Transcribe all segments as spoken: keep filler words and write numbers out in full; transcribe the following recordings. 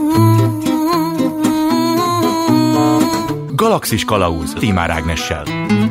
Galaxis Kalauz Tímár Ágnessel.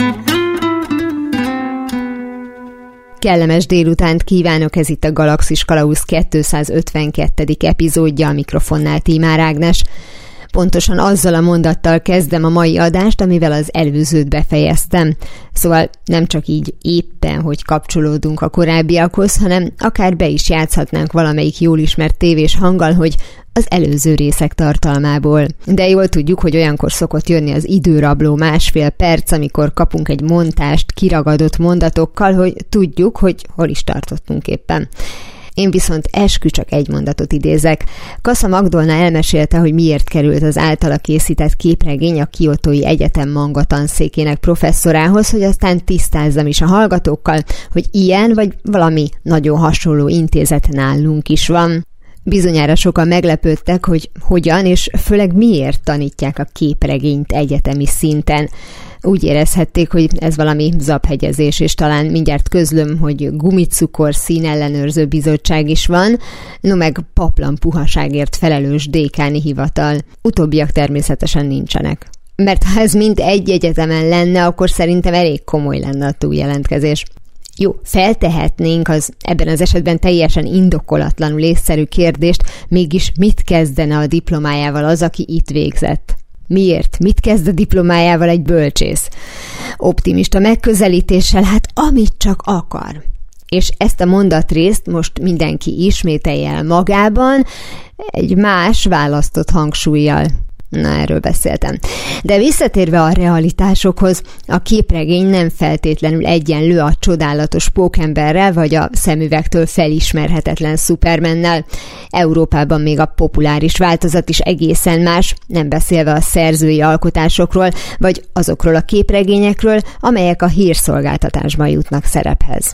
Kellemes délutánt kívánok, ez itt a Galaxis Kalauz kétszázötvenkettedik epizódja, a mikrofonnál Tímár Ágnes. Pontosan azzal a mondattal kezdem a mai adást, amivel az előzőt befejeztem. Szóval nem csak így éppen, hogy kapcsolódunk a korábbiakhoz, hanem akár be is játszhatnánk valamelyik jól ismert tévés hanggal, hogy az előző részek tartalmából. De jól tudjuk, hogy olyankor szokott jönni az időrabló másfél perc, amikor kapunk egy montást kiragadott mondatokkal, hogy tudjuk, hogy hol is tartottunk éppen. Én viszont eskü csak egy mondatot idézek. Kassa Magdolna elmesélte, hogy miért került az általa készített képregény a Kiotói Egyetem manga tanszékének professzorához, hogy aztán tisztázzam is a hallgatókkal, hogy ilyen vagy valami nagyon hasonló intézet nálunk is van. Bizonyára sokan meglepődtek, hogy hogyan és főleg miért tanítják a képregényt egyetemi szinten. Úgy érezhették, hogy ez valami zaphegyezés, és talán mindjárt közlöm, hogy gumicukor színellenőrző bizottság is van, no meg paplan puhaságért felelős dékáni hivatal. Utóbbiak természetesen nincsenek. Mert ha ez mind egy egyetemen lenne, akkor szerintem elég komoly lenne a túljelentkezés. Jó, feltehetnénk az ebben az esetben teljesen indokolatlanul észszerű kérdést, mégis mit kezdene a diplomájával az, aki itt végzett? Miért? Mit kezd a diplomájával egy bölcsész? Optimista megközelítéssel, hát amit csak akar. És ezt a mondatrészt most mindenki ismételje el magában, egy más választott hangsúllyal. Na, erről beszéltem. De visszatérve a realitásokhoz, a képregény nem feltétlenül egyenlő a csodálatos pókemberrel vagy a szemüvegtől felismerhetetlen Supermannel. Európában még a populáris változat is egészen más, nem beszélve a szerzői alkotásokról, vagy azokról a képregényekről, amelyek a hírszolgáltatásban jutnak szerephez.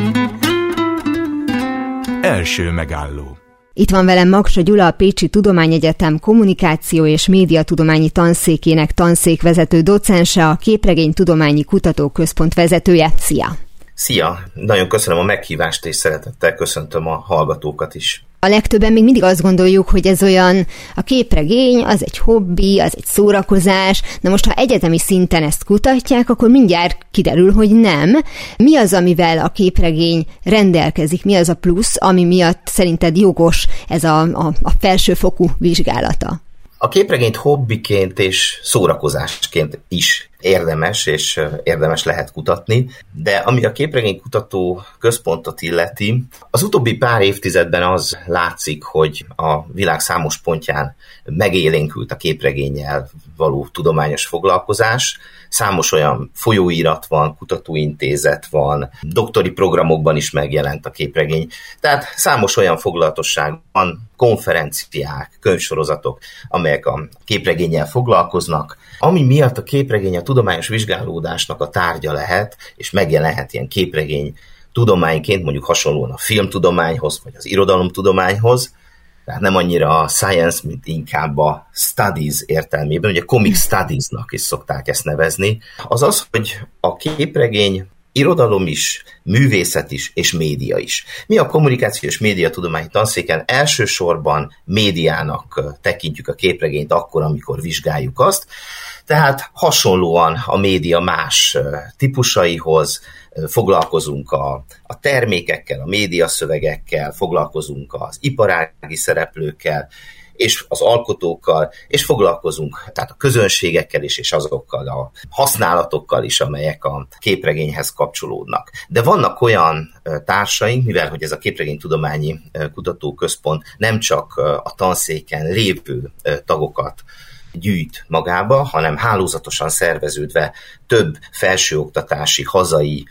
Első megálló. Itt van velem Maksa Gyula, a Pécsi Tudományegyetem kommunikáció és médiatudományi tanszékének tanszékvezető docense, a Képregény Tudományi Kutatóközpont vezetője. Szia! Szia! Nagyon köszönöm a meghívást, és szeretettel köszöntöm a hallgatókat is. A legtöbben még mindig azt gondoljuk, hogy ez olyan, a képregény, az egy hobbi, az egy szórakozás. Na most, ha egyetemi szinten ezt kutatják, akkor mindjárt kiderül, hogy nem. Mi az, amivel a képregény rendelkezik? Mi az a plusz, ami miatt szerinted jogos ez a, a, a felsőfokú vizsgálata? A képregényt hobbiként és szórakozásként is érdemes, és érdemes lehet kutatni, de ami a képregénykutató központot illeti, az utóbbi pár évtizedben az látszik, hogy a világ számos pontján megélénkült a képregénnyel való tudományos foglalkozás. Számos olyan folyóirat van, kutatóintézet van, doktori programokban is megjelent a képregény. Tehát számos olyan foglalatosság van, konferenciák, könyvsorozatok, amelyek a képregénnyel foglalkoznak, ami miatt a képregény a tudományos vizsgálódásnak a tárgya lehet, és megjelenhet ilyen képregény tudományként, mondjuk hasonlóan a filmtudományhoz, vagy az irodalomtudományhoz, tehát nem annyira a science, mint inkább a studies értelmében, ugye comic studiesnak is szokták ezt nevezni, az az, hogy a képregény irodalom is, művészet is, és média is. Mi a kommunikációs médiatudományi tanszéken elsősorban médiának tekintjük a képregényt akkor, amikor vizsgáljuk azt, tehát hasonlóan a média más típusaihoz foglalkozunk a, a termékekkel, a médiaszövegekkel, foglalkozunk az iparági szereplőkkel, és az alkotókkal, és foglalkozunk tehát a közönségekkel is, és azokkal a használatokkal is, amelyek a képregényhez kapcsolódnak. De vannak olyan társaink, mivel hogy ez a Képregénytudományi Kutatóközpont nem csak a tanszéken lévő tagokat gyűjt magába, hanem hálózatosan szerveződve több felsőoktatási, hazai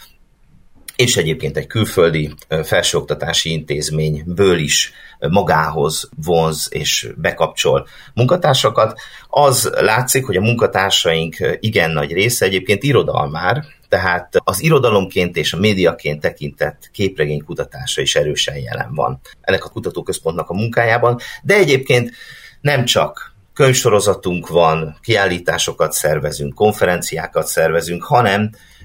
és egyébként egy külföldi felsőoktatási intézményből is magához vonz és bekapcsol munkatársakat. Az látszik, hogy a munkatársaink igen nagy része egyébként irodalmár, tehát az irodalomként és a médiaként tekintett képregénykutatása is erősen jelen van ennek a kutatóközpontnak a munkájában, de egyébként nem csak könyvsorozatunk van, kiállításokat szervezünk, konferenciákat szervezünk, hanem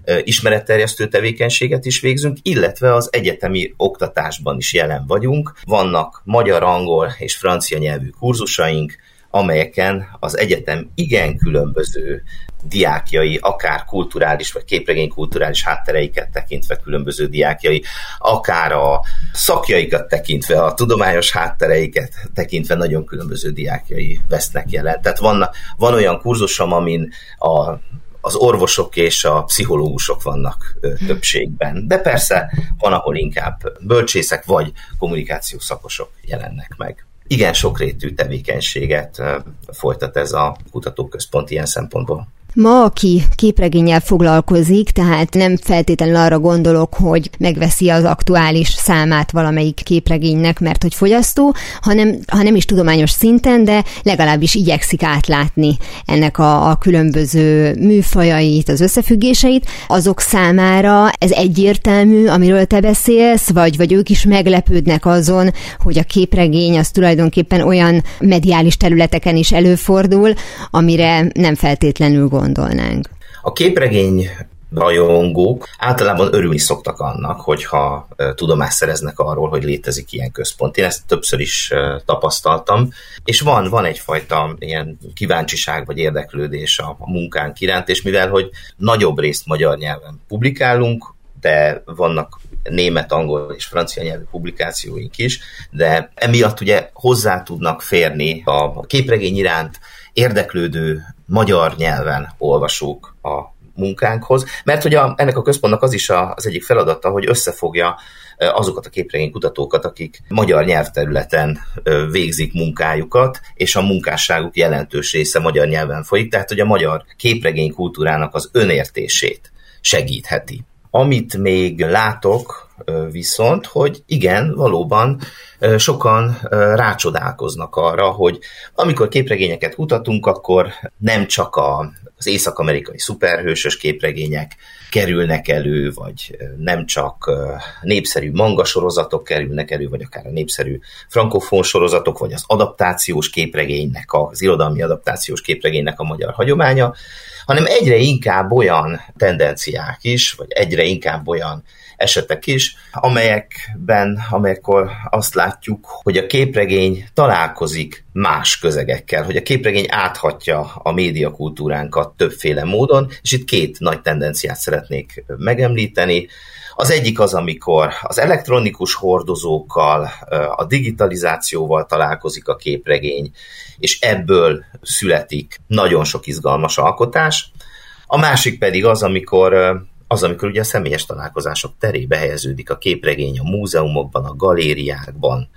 ismeretterjesztő tevékenységet is végzünk, illetve az egyetemi oktatásban is jelen vagyunk. Vannak magyar, angol és francia nyelvű kurzusaink, amelyeken az egyetem igen különböző diákjai, akár kulturális vagy képregény kulturális háttereiket tekintve különböző diákjai, akár a szakjaikat tekintve, a tudományos háttereiket tekintve nagyon különböző diákjai vesznek jelen. Tehát van, van olyan kurzusom, amin a az orvosok és a pszichológusok vannak ö, többségben. De persze van, ahol inkább bölcsészek vagy kommunikációs szakosok jelennek meg. Igen sokrétű tevékenységet ö, folytat ez a kutatóközpont ilyen szempontból. Ma, aki képregénnyel foglalkozik, tehát nem feltétlenül arra gondolok, hogy megveszi az aktuális számát valamelyik képregénynek, mert hogy fogyasztó, hanem, hanem is tudományos szinten, de legalábbis igyekszik átlátni ennek a, a különböző műfajait, az összefüggéseit. Azok számára ez egyértelmű, amiről te beszélsz, vagy, vagy ők is meglepődnek azon, hogy a képregény az tulajdonképpen olyan mediális területeken is előfordul, amire nem feltétlenül gondol. gondolnánk. A képregény rajongók általában örülni szoktak annak, hogyha tudomást szereznek arról, hogy létezik ilyen központ. Én ezt többször is tapasztaltam, és van, van egyfajta ilyen kíváncsiság vagy érdeklődés a munkánk iránt, és mivel, hogy nagyobb részt magyar nyelven publikálunk, de vannak német, angol és francia nyelvű publikációink is, de emiatt ugye hozzá tudnak férni a képregény iránt érdeklődő magyar nyelven olvasók a munkánkhoz, mert hogy a, ennek a központnak az is a, az egyik feladata, hogy összefogja azokat a képregény kutatókat, akik magyar nyelvterületen végzik munkájukat, és a munkásságuk jelentős része magyar nyelven folyik, tehát hogy a magyar képregény kultúrának az önértését segítheti. Amit még látok viszont, hogy igen, valóban sokan rácsodálkoznak arra, hogy amikor képregényeket kutatunk, akkor nem csak az észak-amerikai szuperhősös képregények kerülnek elő, vagy nem csak népszerű manga sorozatok kerülnek elő, vagy akár a népszerű frankofón sorozatok, vagy az adaptációs képregénynek, az irodalmi adaptációs képregénynek a magyar hagyománya, hanem egyre inkább olyan tendenciák is, vagy egyre inkább olyan esetek is, amelyekben, amelyekkor azt látjuk, hogy a képregény találkozik más közegekkel, hogy a képregény áthatja a médiakultúránkat többféle módon, és itt két nagy tendenciát szeretnék megemlíteni. Az egyik az, amikor az elektronikus hordozókkal, a digitalizációval találkozik a képregény, és ebből születik nagyon sok izgalmas alkotás. A másik pedig az, amikor az, amikor ugye a személyes találkozások terébe helyeződik a képregény a múzeumokban, a galériákban,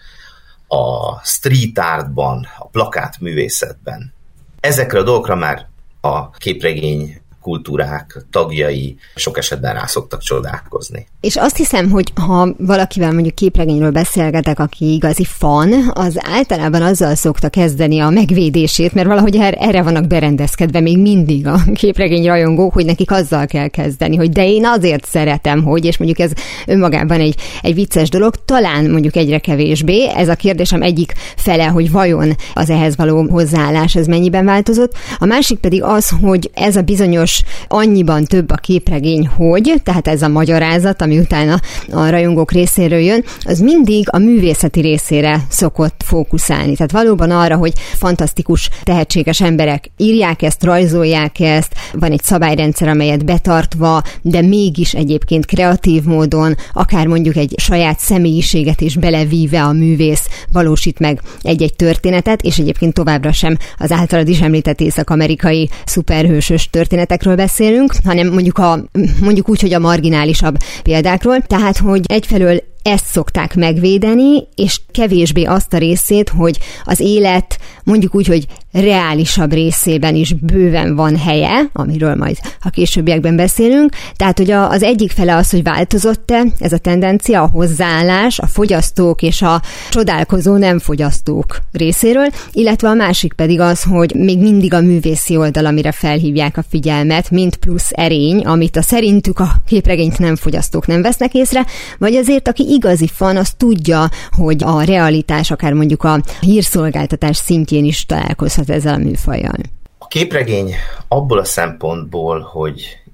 a street artban, a plakátművészetben. Ezekre a dolgokra már a képregény kultúrák tagjai sok esetben rá szoktak csodálkozni. És azt hiszem, hogy ha valakivel mondjuk képregényről beszélgetek, aki igazi fan, az általában azzal szokta kezdeni a megvédését, mert valahogy erre vannak berendezkedve még mindig a képregény rajongók, hogy nekik azzal kell kezdeni, hogy de én azért szeretem, hogy, és mondjuk ez önmagában egy, egy vicces dolog, talán mondjuk egyre kevésbé. Ez a kérdésem egyik fele, hogy vajon az ehhez való hozzáállás ez mennyiben változott. A másik pedig az, hogy ez a bizonyos annyiban több a képregény, hogy, tehát ez a magyarázat, ami utána a rajongók részéről jön, az mindig a művészeti részére szokott fókuszálni. Tehát valóban arra, hogy fantasztikus, tehetséges emberek írják ezt, rajzolják ezt, van egy szabályrendszer, amelyet betartva, de mégis egyébként kreatív módon, akár mondjuk egy saját személyiséget is belevíve a művész valósít meg egy-egy történetet, és egyébként továbbra sem az általad is említett észak-amerikai szuperhősös történetekről beszélünk, hanem mondjuk, a, mondjuk úgy, hogy a marginálisabb példákról. Tehát, hogy egyfelől ezt szokták megvédeni, és kevésbé azt a részét, hogy az élet mondjuk úgy, hogy reálisabb részében is bőven van helye, amiről majd a későbbiekben beszélünk. Tehát, hogy az egyik fele az, hogy változott-e ez a tendencia, a hozzáállás, a fogyasztók és a csodálkozó nem fogyasztók részéről, illetve a másik pedig az, hogy még mindig a művészi oldal, amire felhívják a figyelmet, mint plusz erény, amit a szerintük a képregényt nem fogyasztók nem vesznek észre, vagy azért, aki igazi fan, az tudja, hogy a realitás, akár mondjuk a hírszolgáltatás szintjén is találkozhat ezzel a műfajjal. A képregény abból a szempontból, hogy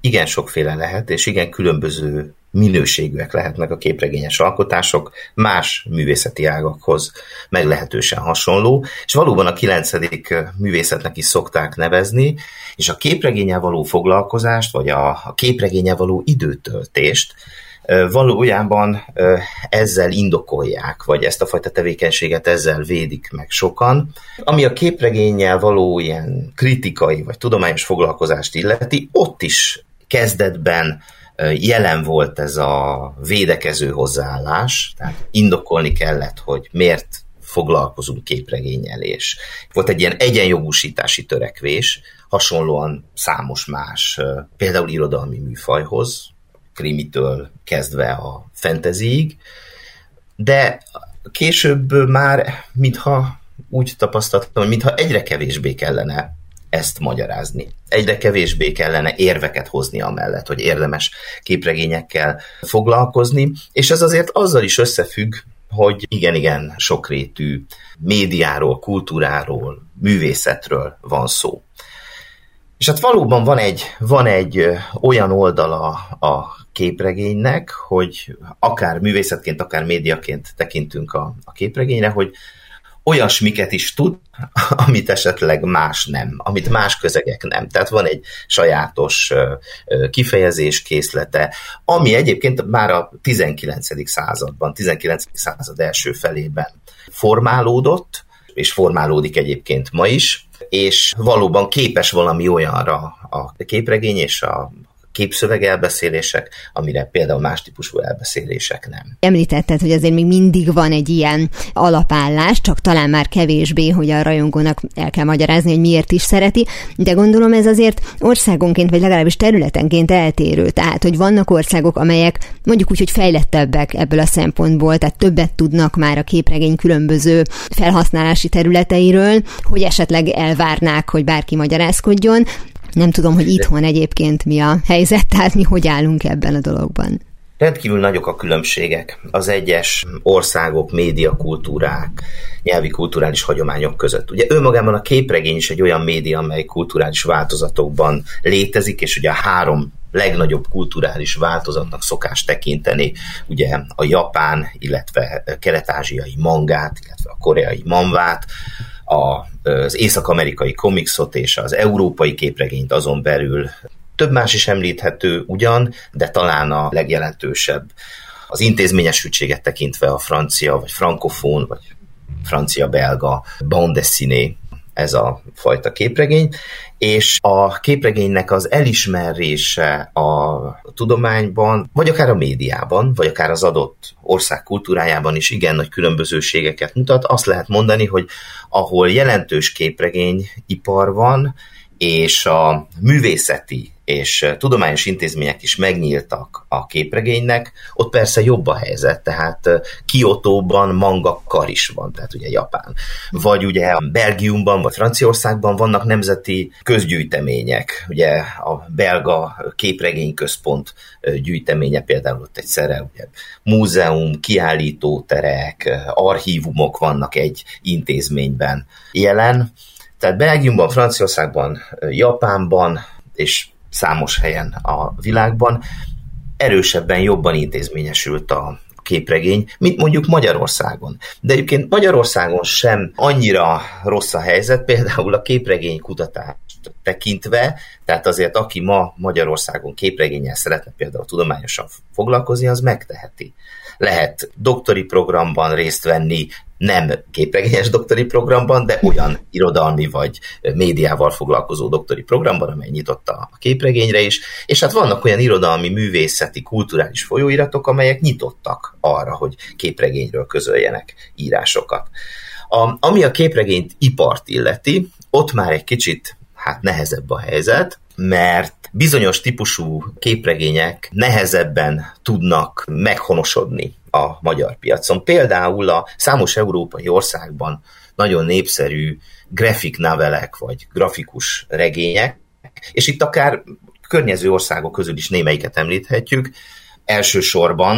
igen sokféle lehet, és igen különböző minőségűek lehetnek a képregényes alkotások, más művészeti ágakhoz meglehetősen hasonló, és valóban a kilencedik művészetnek is szokták nevezni, és a képregénnyel való foglalkozást, vagy a, a képregénnyel való időtöltést valójában ezzel indokolják, vagy ezt a fajta tevékenységet ezzel védik meg sokan. Ami a képregénnyel való ilyen kritikai, vagy tudományos foglalkozást illeti, ott is kezdetben jelen volt ez a védekező hozzáállás, tehát indokolni kellett, hogy miért foglalkozunk képregénnyel, és volt egy ilyen egyenjogúsítási törekvés, hasonlóan számos más, például irodalmi műfajhoz, krimitől kezdve a fantasyig, de később már mintha úgy tapasztaltam, hogy mintha egyre kevésbé kellene ezt magyarázni. Egyre kevésbé kellene érveket hozni amellett, hogy érdemes képregényekkel foglalkozni, és ez azért azzal is összefügg, hogy igen-igen sokrétű médiáról, kultúráról, művészetről van szó. És hát valóban van egy, van egy olyan oldala a képregénynek, hogy akár művészetként, akár médiaként tekintünk a, a képregényre, hogy olyasmiket is tud, amit esetleg más nem, amit más közegek nem. Tehát van egy sajátos kifejezéskészlete, ami egyébként már a tizenkilencedik században, tizenkilencedik század első felében formálódott, és formálódik egyébként ma is, és valóban képes valami olyanra a képregény és a képszöveg elbeszélések, amire például más típusú elbeszélések nem. Említetted, hogy azért még mindig van egy ilyen alapállás, csak talán már kevésbé, hogy a rajongónak el kell magyarázni, hogy miért is szereti, de gondolom ez azért országonként, vagy legalábbis területenként eltérő. Tehát, hogy vannak országok, amelyek mondjuk úgy, hogy fejlettebbek ebből a szempontból, tehát többet tudnak már a képregény különböző felhasználási területeiről, hogy esetleg elvárnák, hogy bárki magyarázkodjon. Nem tudom, hogy itthon egyébként mi a helyzet, tehát mi hogy állunk ebben a dologban. Rendkívül nagyok a különbségek az egyes országok, médiakultúrák, nyelvi kulturális hagyományok között. Ugye önmagában a képregény is egy olyan média, amely kulturális változatokban létezik, és ugye a három legnagyobb kulturális változatnak szokás tekinteni, ugye a japán, illetve kelet-ázsiai mangát, illetve a koreai manvát, az észak-amerikai komikszot és az európai képregényt, azon belül több más is említhető ugyan, de talán a legjelentősebb az intézményesültséget tekintve a francia, vagy frankofón, vagy francia-belga bande dessinée, ez a fajta képregény, és a képregénynek az elismerése a tudományban, vagy akár a médiában, vagy akár az adott ország kultúrájában is igen nagy különbözőségeket mutat. Azt lehet mondani, hogy ahol jelentős képregényipar van, és a művészeti és tudományos intézmények is megnyíltak a képregénynek, ott persze jobb a helyzet, tehát Kiotóban manga kar is van, tehát ugye Japán. Vagy ugye Belgiumban, vagy Franciaországban vannak nemzeti közgyűjtemények, ugye a belga képregényközpont gyűjteménye például ott egyszerre, ugye múzeum, kiállítóterek, archívumok vannak egy intézményben jelen. Tehát Belgiumban, Franciaországban, Japánban és számos helyen a világban erősebben, jobban intézményesült a képregény, mint mondjuk Magyarországon. De egyébként Magyarországon sem annyira rossz a helyzet, például a képregény kutatást tekintve, tehát azért aki ma Magyarországon képregénnyel szeretne például tudományosan foglalkozni, az megteheti. Lehet doktori programban részt venni, nem képregényes doktori programban, de olyan irodalmi vagy médiával foglalkozó doktori programban, amely nyitott a képregényre is, és hát vannak olyan irodalmi, művészeti, kulturális folyóiratok, amelyek nyitottak arra, hogy képregényről közöljenek írásokat. A, ami a képregényt ipart illeti, ott már egy kicsit hát nehezebb a helyzet, mert bizonyos típusú képregények nehezebben tudnak meghonosodni a magyar piacon. Például a számos európai országban nagyon népszerű graphic novelek, vagy grafikus regények, és itt akár környező országok közül is némelyiket említhetjük. Elsősorban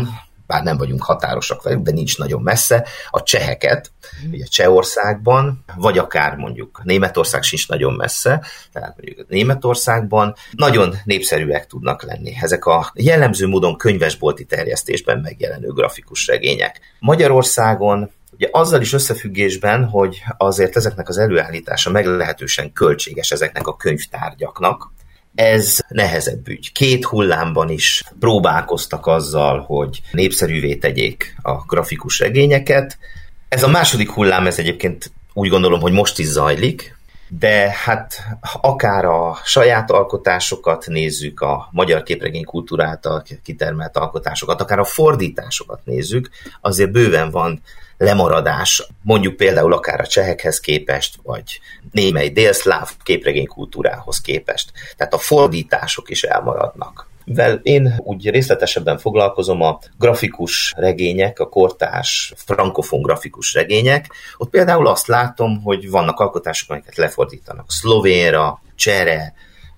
bár nem vagyunk határosak velük, de nincs nagyon messze, a cseheket, ugye Csehországban, vagy akár mondjuk Németország sincs nagyon messze, tehát mondjuk Németországban nagyon népszerűek tudnak lenni ezek a jellemző módon könyvesbolti terjesztésben megjelenő grafikus regények. Magyarországon ugye azzal is összefüggésben, hogy azért ezeknek az előállítása meglehetősen költséges ezeknek a könyvtárgyaknak, ez nehezebb ügy. Két hullámban is próbálkoztak azzal, hogy népszerűvé tegyék a grafikus regényeket. Ez a második hullám, ez egyébként úgy gondolom, hogy most is zajlik, de hát akár a saját alkotásokat nézzük, a magyar képregénykultúra által kitermelt alkotásokat, akár a fordításokat nézzük, azért bőven van lemaradás, mondjuk például akár a csehekhez képest, vagy némely délszláv képregénykultúrához képest. Tehát a fordítások is elmaradnak. Mivel én úgy részletesebben foglalkozom a grafikus regények, a kortárs frankofon grafikus regények, ott például azt látom, hogy vannak alkotások, amelyeket lefordítanak szlovénra, csehre,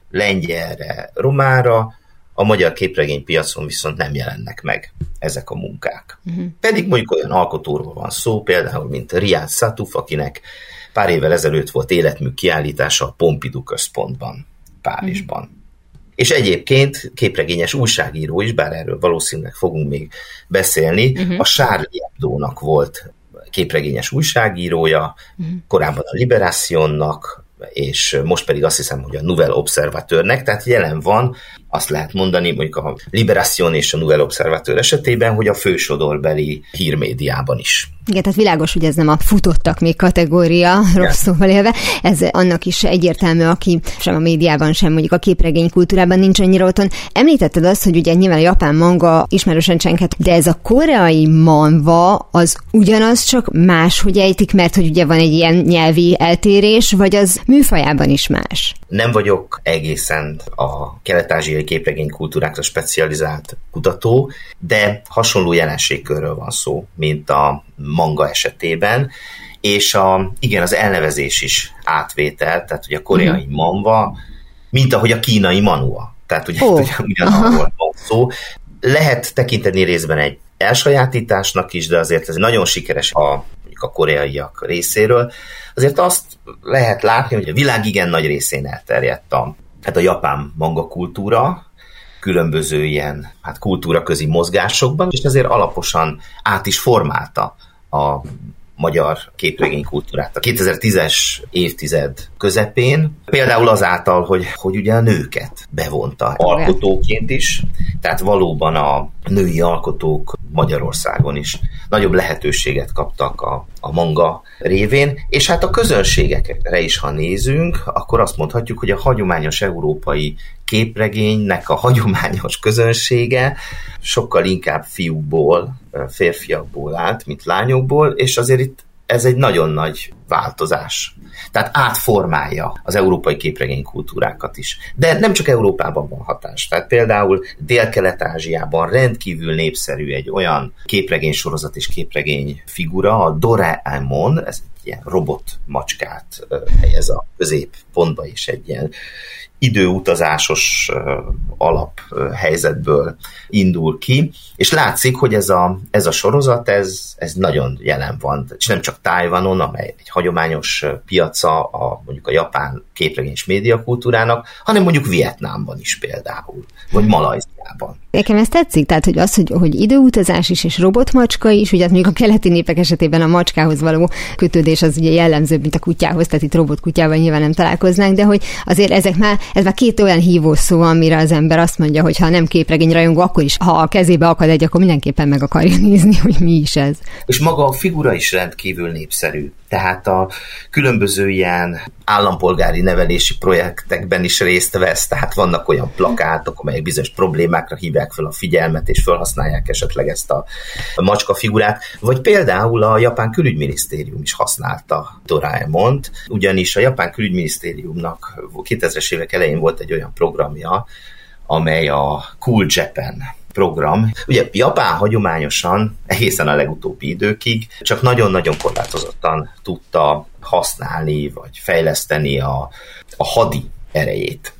lengyelre, románra, a magyar képregénypiacon viszont nem jelennek meg ezek a munkák. Uh-huh. Pedig mondjuk olyan alkotóról van szó, például mint Riad Satuf, akinek pár évvel ezelőtt volt életmű kiállítása a Pompidou központban, Párizsban. Uh-huh. És egyébként képregényes újságíró is, bár erről valószínűleg fogunk még beszélni, uh-huh. a Charlie Hebdo-nak volt képregényes újságírója, uh-huh. korábban a Liberationnak, és most pedig azt hiszem, hogy a Nouvelle Observateurnek, tehát jelen van, azt lehet mondani, mondjuk a Libération és a Nouvelle Observateur esetében, hogy a fősodorbeli hírmédiában is. Igen, tehát világos, hogy ez nem a futottak még kategória, rossz szóval élve. Ez annak is egyértelmű, aki sem a médiában, sem mondjuk a képregény kultúrában nincs annyira otthon. Említetted azt, hogy ugye nyilván a japán manga ismerősen csenghet, de ez a koreai manhwa az ugyanaz, csak máshogy ejtik, mert hogy ugye van egy ilyen nyelvi eltérés, vagy az műfajában is más? Nem vagyok egészen a kelet-ázsiai képregény kultúrákra specializált kutató, de hasonló jelenségkörről van szó, mint a manga esetében, és a, igen, az elnevezés is átvétel, tehát ugye a koreai mm. manhwa, mint ahogy a kínai manhwa, tehát ugye, oh. ugye ugyanarról van szó. Lehet tekinteni részben egy elsajátításnak is, de azért ez nagyon sikeres a, a koreaiak részéről. Azért azt lehet látni, hogy a világ igen nagy részén elterjedt a, hát a japán manga kultúra, különböző ilyen hát kultúraközi mozgásokban, és ezért alaposan át is formálta a magyar képregénykultúrát a kétezer-tízes évtized közepén, például azáltal, hogy, hogy ugye a nőket bevonta alkotóként is, tehát valóban a női alkotók Magyarországon is nagyobb lehetőséget kaptak a, a manga révén, és hát a közönségekre is, ha nézünk, akkor azt mondhatjuk, hogy a hagyományos európai képregénynek a hagyományos közönsége sokkal inkább fiúkból, férfiakból állt, mint lányokból, és azért itt ez egy nagyon nagy változás. Tehát átformálja az európai képregény kultúrákat is. De nem csak Európában van hatás. Tehát például Dél-Kelet-Ázsiában rendkívül népszerű egy olyan képregény sorozat és képregény figura, a Doraemon, ez egy ilyen robotmacskát helyez a középpontba, és egy ilyen időutazásos alaphelyzetből indul ki, és látszik, hogy ez a, ez a sorozat, ez, ez nagyon jelen van. És nem csak Tajvanon, amely egy hagyományos piaca a, mondjuk a japán képregény és médiakultúrának, hanem mondjuk Vietnámban is például, vagy Malajziában. Nekem ez tetszik, tehát hogy az, hogy, hogy időutazás is, és robotmacska is, ugye mondjuk a keleti népek esetében a macskához való kötődés az ugye jellemzőbb, mint a kutyához, tehát itt robotkutyával nyilván nem találkoznánk, de hogy azért ezek már, ez már két olyan hívó szó, amire az ember azt mondja, hogy ha nem képregény rajongó, akkor is, ha a kezébe akad egy, akkor mindenképpen meg akarja nézni, hogy mi is ez. És maga a figura is rendkívül népszerű. Tehát a különböző ilyen állampolgári nevelési projektekben is részt vesz, tehát vannak olyan plakátok, amelyek bizonyos problémákra hívják fel a figyelmet, és felhasználják esetleg ezt a macska figurát, vagy például a japán külügyminisztérium is használta Doraemont, ugyanis a japán külügyminisztériumnak kétezres évek elején volt egy olyan programja, amely a Cool Japan program. Ugye Japán hagyományosan egészen a legutóbbi időkig csak nagyon-nagyon korlátozottan tudta használni vagy fejleszteni a, a hadi erejét.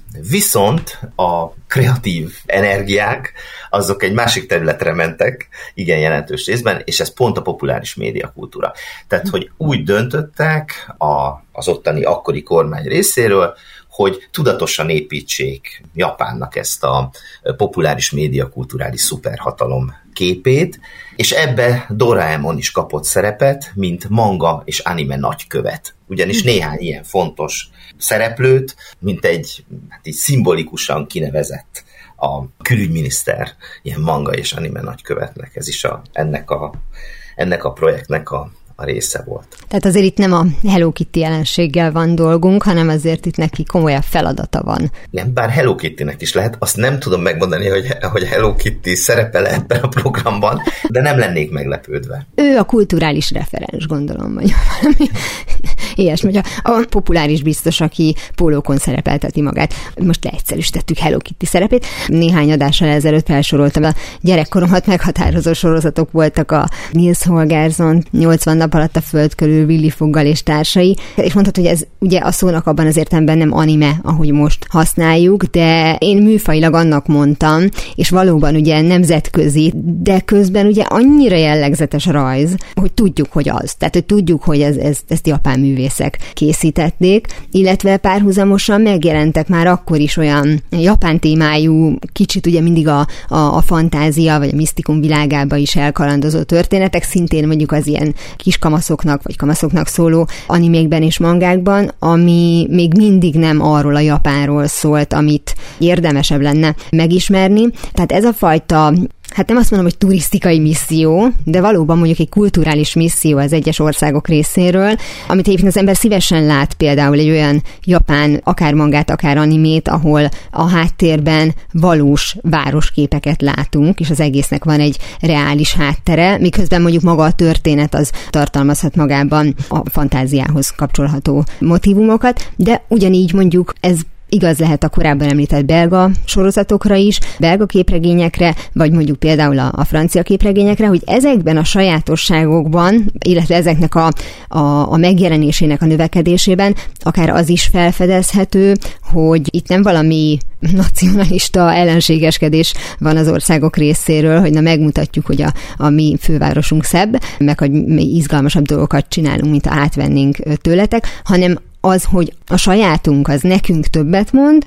Viszont a kreatív energiák, azok egy másik területre mentek, igen jelentős részben, és ez pont a populáris médiakultúra. Tehát, hogy úgy döntöttek a, az ottani akkori kormány részéről, hogy tudatosan építsék Japánnak ezt a populáris médiakulturális szuperhatalom képét, és ebbe Doraemon is kapott szerepet, mint manga és anime nagykövet. Ugyanis néhány ilyen fontos szereplőt, mint egy hát így szimbolikusan kinevezett a külügyminiszter ilyen manga és anime nagykövetnek. Ez is a, ennek, a, ennek a projektnek a a része volt. Tehát azért itt nem a Hello Kitty jelenséggel van dolgunk, hanem azért itt neki komolyabb feladata van. Nem, bár Hello Kittynek is lehet, azt nem tudom megmondani, hogy, hogy Hello Kitty szerepel ebben a programban, de nem lennék meglepődve. Ő a kulturális referens, gondolom, vagy valami ilyesmi, hogy a, a populáris biztos, aki pólókon szerepelteti magát. Most leegyszerűsítettük Hello Kitty szerepét. Néhány adással ezelőtt felsoroltam, a gyerekkoromat meghatározó sorozatok voltak a Nils Holgersson, nyolcvan nap alatt a föld körül, Willy Foggal és társai, és mondhatod, hogy ez ugye a szónak abban az értelemben nem anime, ahogy most használjuk, de én műfajilag annak mondtam, és valóban ugye nemzetközi, de közben ugye annyira jellegzetes rajz, hogy tudjuk, hogy az. Tehát, hogy tudjuk, hogy ez, ez, ezt japán művészek készítették, illetve párhuzamosan megjelentek már akkor is olyan japán témájú, kicsit ugye mindig a, a, a fantázia, vagy a misztikum világába is elkalandozó történetek, szintén mondjuk az ilyen kiskamaszoknak, vagy kamaszoknak szóló animékben és mangákban, ami még mindig nem arról a Japánról szólt, amit érdemesebb lenne megismerni. Tehát ez a fajta, hát nem azt mondom, hogy turisztikai misszió, de valóban mondjuk egy kulturális misszió az egyes országok részéről, amit egyébként az ember szívesen lát, például egy olyan japán, akár mangát, akár animét, ahol a háttérben valós városképeket látunk, és az egésznek van egy reális háttere, miközben mondjuk maga a történet az tartalmazhat magában a fantáziához kapcsolható motívumokat, de ugyanígy mondjuk ez igaz lehet a korábban említett belga sorozatokra is, belga képregényekre, vagy mondjuk például a, a francia képregényekre, hogy ezekben a sajátosságokban, illetve ezeknek a, a, a megjelenésének a növekedésében akár az is felfedezhető, hogy itt nem valami nacionalista ellenségeskedés van az országok részéről, hogy na megmutatjuk, hogy a, a mi fővárosunk szebb, meg hogy mi izgalmasabb dolgokat csinálunk, mint ha átvennénk tőletek, hanem az, hogy a sajátunk az nekünk többet mond,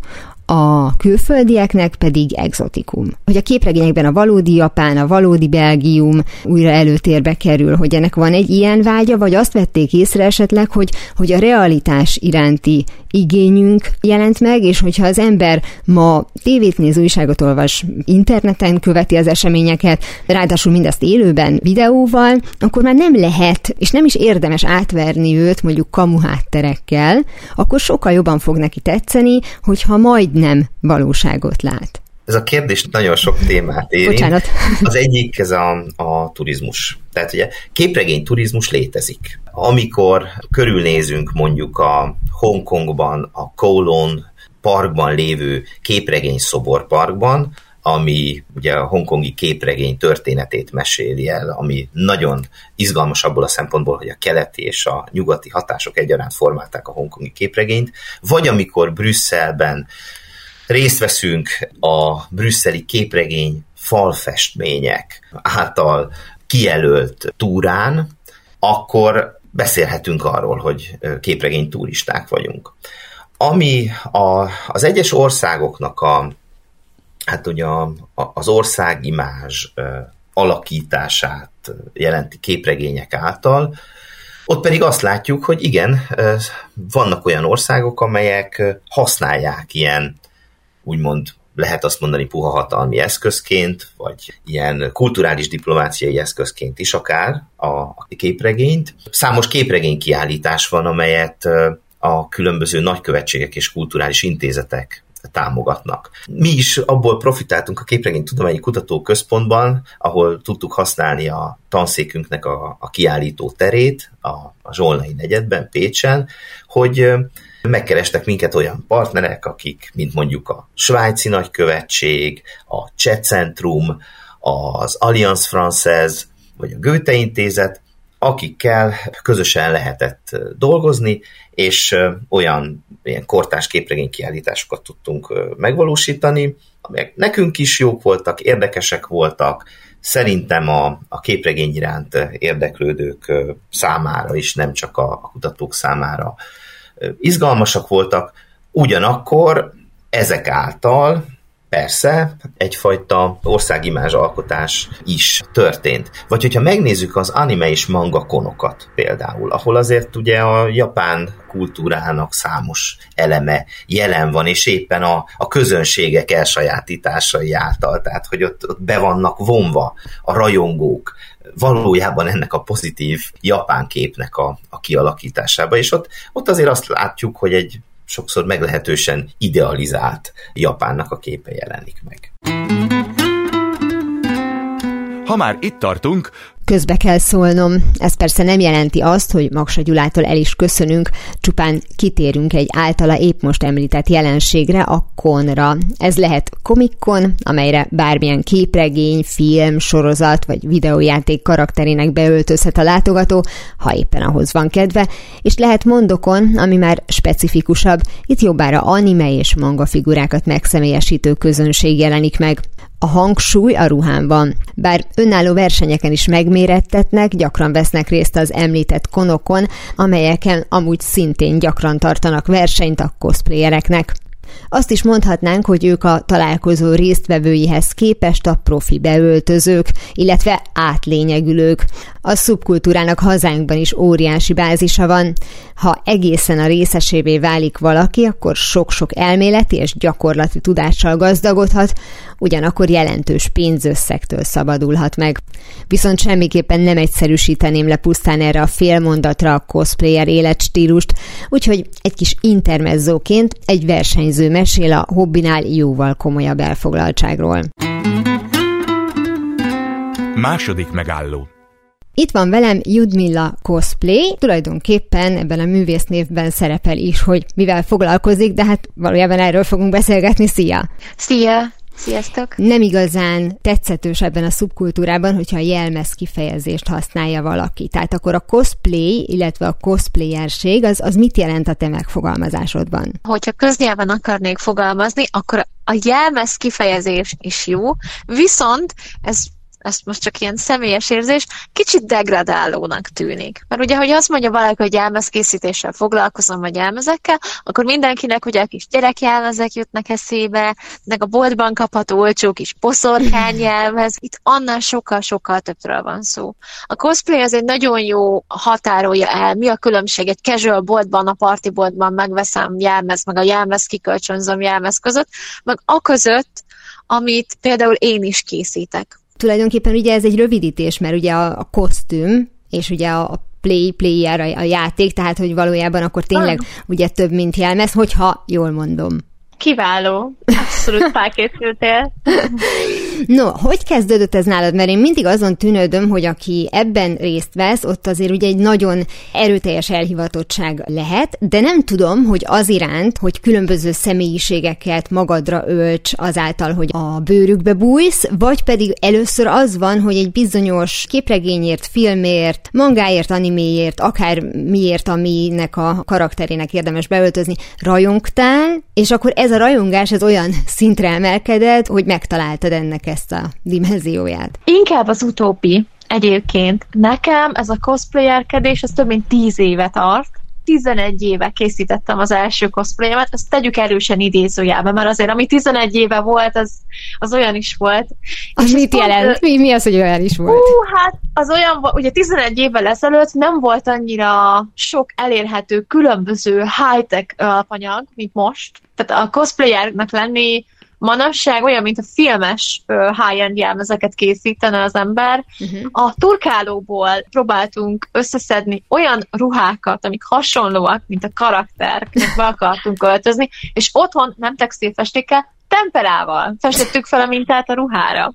a külföldieknek pedig egzotikum. Hogy a képregényekben a valódi Japán, a valódi Belgium újra előtérbe kerül, hogy ennek van egy ilyen vágya, vagy azt vették észre esetleg, hogy, hogy a realitás iránti igényünk jelent meg, és hogyha az ember ma tévét néz, újságot olvas, interneten követi az eseményeket, ráadásul mindezt élőben, videóval, akkor már nem lehet, és nem is érdemes átverni őt mondjuk kamu hátterekkel, akkor sokkal jobban fog neki tetszeni, hogyha majdnem valóságot lát. Ez a kérdés nagyon sok témát érint. Bocsánat. Az egyik ez a, a turizmus. Tehát ugye képregény turizmus létezik. Amikor körülnézünk mondjuk a Hongkongban, a Kowloon parkban lévő képregény szoborparkban, ami ugye a hongkongi képregény történetét meséli el, ami nagyon izgalmas abból a szempontból, hogy a keleti és a nyugati hatások egyaránt formálták a hongkongi képregényt, vagy amikor Brüsszelben részt veszünk a brüsszeli képregény falfestmények által kijelölt túrán, akkor beszélhetünk arról, hogy képregény turisták vagyunk. Ami a, az egyes országoknak a, hát ugye a, a, az országimázs alakítását jelenti képregények által, ott pedig azt látjuk, hogy igen, vannak olyan országok, amelyek használják ilyen, úgymond lehet azt mondani puha hatalmi eszközként, vagy ilyen kulturális diplomáciai eszközként is akár a képregényt. Számos képregény kiállítás van, amelyet a különböző nagykövetségek és kulturális intézetek támogatnak. Mi is abból profitáltunk a Képregény Tudományi Kutatóközpontban, ahol tudtuk használni a tanszékünknek a, a kiállító terét a, a Zsolnai negyedben, Pécsen, hogy megkerestek minket olyan partnerek, akik, mint mondjuk a Svájci Nagykövetség, a Cseh Centrum, az Alliance Française, vagy a Goethe Intézet, akikkel közösen lehetett dolgozni, és olyan ilyen kortárs képregénykiállításokat tudtunk megvalósítani, amelyek nekünk is jók voltak, érdekesek voltak, szerintem a, a képregény iránt érdeklődők számára is, nem csak a, a kutatók számára izgalmasak voltak, ugyanakkor ezek által persze egyfajta országimázs alkotás is történt. Vagy hogyha megnézzük az anime és manga konokat például, ahol azért ugye a japán kultúrának számos eleme jelen van, és éppen a, a közönségek elsajátításai által, tehát hogy ott, ott be vannak vonva a rajongók valójában ennek a pozitív japán képnek a, a kialakításába, és ott, ott azért azt látjuk, hogy egy sokszor meglehetősen idealizált Japánnak a képe jelenik meg. Ha már itt tartunk, közbe kell szólnom. Ez persze nem jelenti azt, hogy Magsa Gyulától el is köszönünk, csupán kitérünk egy általa épp most említett jelenségre, a konra. Ez lehet Comic-Con, amelyre bármilyen képregény, film, sorozat vagy videójáték karakterének beöltözhet a látogató, ha éppen ahhoz van kedve, és lehet Mondokon, ami már specifikusabb, itt jobbára anime és manga figurákat megszemélyesítő közönség jelenik meg. A hangsúly a ruhán van. Bár önálló versenyeken is megmérettetnek, gyakran vesznek részt az említett konokon, amelyeken amúgy szintén gyakran tartanak versenyt a cosplayereknek. Azt is mondhatnánk, hogy ők a találkozó résztvevőihez képest a profi beöltözők, illetve átlényegülők. A szubkultúrának hazánkban is óriási bázisa van. Ha egészen a részesévé válik valaki, akkor sok-sok elméleti és gyakorlati tudással gazdagodhat, ugyanakkor jelentős pénzösszegtől szabadulhat meg. Viszont semmiképpen nem egyszerűsíteném le pusztán erre a félmondatra a cosplayer életstílust, úgyhogy egy kis intermezzóként egy versenyző mesél a hobbinál jóval komolyabb elfoglaltságról. Második megálló. Itt van velem Ljudmila Cosplay, tulajdonképpen ebben a művésznévben szerepel is, hogy mivel foglalkozik, de hát valójában erről fogunk beszélgetni. Szia! Szia! Sziasztok! Nem igazán tetszetős ebben a szubkultúrában, hogyha a jelmez kifejezést használja valaki. Tehát akkor a cosplay, illetve a cosplayerség, az, az mit jelent a te megfogalmazásodban? Hogyha köznyelven akarnék fogalmazni, akkor a jelmez kifejezés is jó, viszont ez ezt most csak ilyen személyes érzés, kicsit degradálónak tűnik. Mert ugye, hogy azt mondja valaki, hogy jelmezkészítéssel foglalkozom, vagy jelmezekkel, akkor mindenkinek ugye a kis gyerekjelmezek jutnak eszébe, meg a boltban kapható olcsó kis poszorkány jelmez. Itt annál sokkal-sokkal többről van szó. A cosplay az egy nagyon jó határolja el, mi a különbség egy casual boltban, a party boltban megveszem jelmez, meg a jelmez kikölcsönzöm jelmez között, meg a között, amit például én is készítek. Tulajdonképpen ugye ez egy rövidítés, mert ugye a, a kosztüm, és ugye a, a play, player, a, a játék, tehát hogy valójában akkor tényleg ah. ugye több, mint jelmez, hogyha jól mondom. Kiváló. Abszolút felkészültél. No, hogy kezdődött ez nálad? Mert én mindig azon tűnődöm, hogy aki ebben részt vesz, ott azért ugye egy nagyon erőteljes elhivatottság lehet, de nem tudom, hogy az iránt, hogy különböző személyiségeket magadra ölts azáltal, hogy a bőrükbe bújsz, vagy pedig először az van, hogy egy bizonyos képregényért, filmért, mangáért, animéért, akár miért, aminek a karakterének érdemes beöltözni, rajongtál, és akkor ez a rajongás ez olyan szintre emelkedett, hogy megtaláltad ennek ezt a dimenzióját. Inkább az utóbbi egyébként. Nekem ez a cosplayerkedés, ez több mint tíz éve tart. tizenegy éve készítettem az első cosplayemet, ezt tegyük erősen idézőjelbe, mert azért ami tizenegy éve volt, az, az olyan is volt. Az és mit jelent? Pont, mi, mi az, hogy olyan is volt? Hú, hát az olyan volt, ugye tizenegy évvel ezelőtt nem volt annyira sok elérhető különböző high-tech alapanyag, mint most. Tehát a cosplayernek lenni manapság olyan, mint a filmes uh, high-end jelmezeket készítene az ember. Uh-huh. A turkálóból próbáltunk összeszedni olyan ruhákat, amik hasonlóak, mint a karakternek be akartunk öltözni, és otthon nem textilfestékkel, temperával festettük fel a mintát a ruhára.